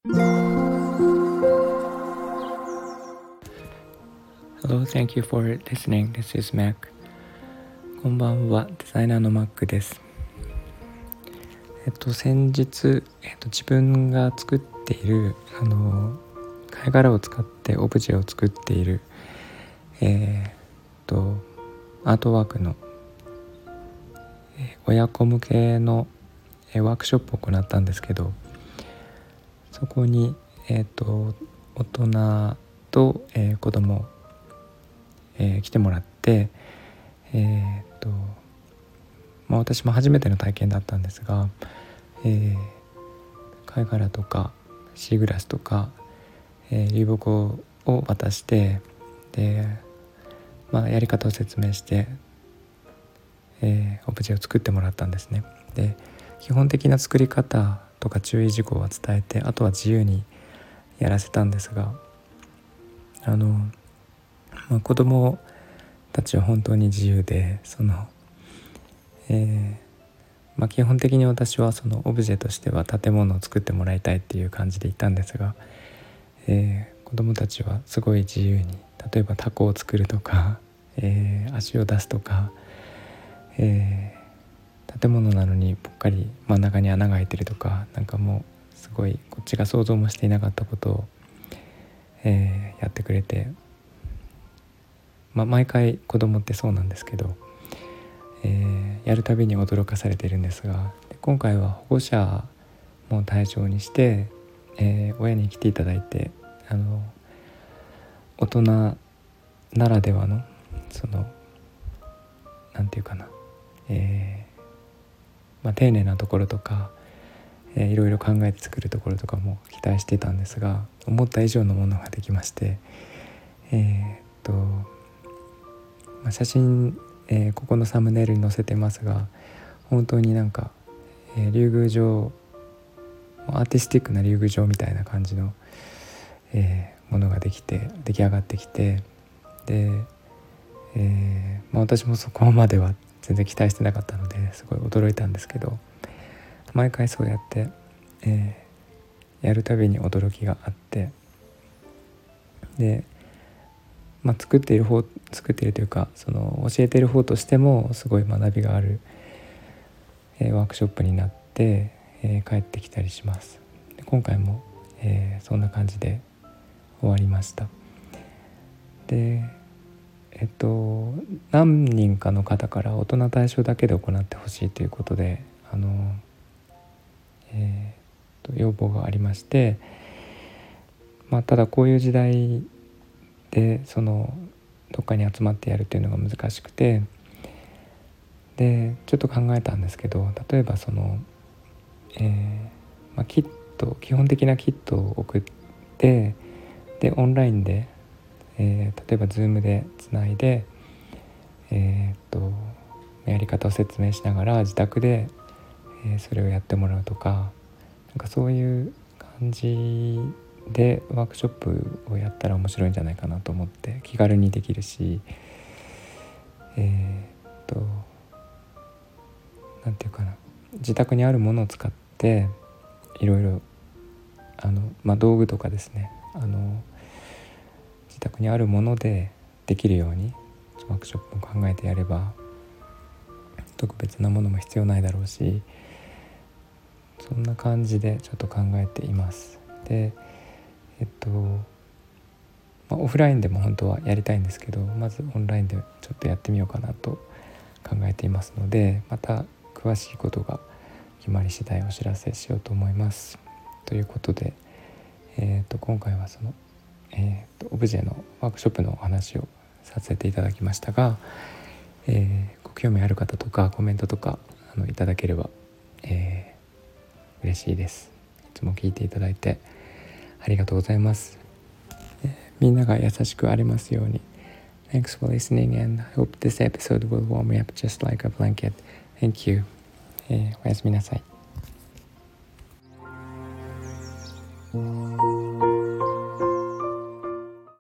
Hello, thank you for listening. This is Mac. こんばんは、デザイナーの Mac です。先日、自分が作っている貝殻を使ってオブジェを作っているアートワークの、親子向けの、ワークショップを行ったんですけど、そこに、大人と、子供、来てもらって、私も初めての体験だったんですが、貝殻とかシーグラスとか、流木を渡してで、やり方を説明して、オブジェを作ってもらったんですね。で、基本的な作り方とか注意事項は伝えて、あとは自由にやらせたんですが、子供たちは本当に自由で、基本的に私はそのオブジェとしては建物を作ってもらいたいっていう感じでいたんですが、子どもたちはすごい自由に、例えばタコを作るとか、足を出すとか、建物なのにぽっかり真ん中に穴が開いてるとか、なんかもうすごいこっちが想像もしていなかったことを、やってくれて、毎回子供ってそうなんですけど、やるたびに驚かされているんですが、今回は保護者も対象にして、親に来ていただいて、大人ならではのなんていうかな、丁寧なところとか、いろいろ考えて作るところとかも期待してたんですが、思った以上のものができまして、写真、ここのサムネイルに載せてますが、本当になんか、竜宮城、アーティスティックな竜宮城みたいな感じの、ものが出来上がってきて、で、私もそこまでは全然期待してなかったのですごい驚いたんですけど、毎回そうやって、やるたびに驚きがあって、で、作っているというか、教えている方としてもすごい学びがある、ワークショップになって、帰ってきたりします。で、今回も、そんな感じで終わりました。で、何人かの方から大人対象だけで行ってほしいということで要望がありまして、ただこういう時代でどっかに集まってやるっていうのが難しくて、でちょっと考えたんですけど、例えばキット、基本的なキットを送って、でオンラインで、例えば Zoom でつないで、やり方を説明しながら自宅で、それをやってもらうとか、なんかそういう感じでワークショップをやったら面白いんじゃないかなと思って、気軽にできるし、なんていうかな、自宅にあるものを使っていろいろ道具とかですね、自宅にあるものでできるようにワークショップを考えてやれば、特別なものも必要ないだろうし、そんな感じでちょっと考えています。で、オフラインでも本当はやりたいんですけど、まずオンラインでちょっとやってみようかなと考えていますので、また詳しいことが決まり次第お知らせしようと思います。ということで、今回はオブジェのワークショップのお話をさせていただきましたが、ご興味ある方とかコメントとかいただければ、嬉しいです。いつも聞いていただいてありがとうございます。みんなが優しくありますように。Thanks for listening, and I hope this episode will warm me up just like a blanket. Thank you. おやすみなさい。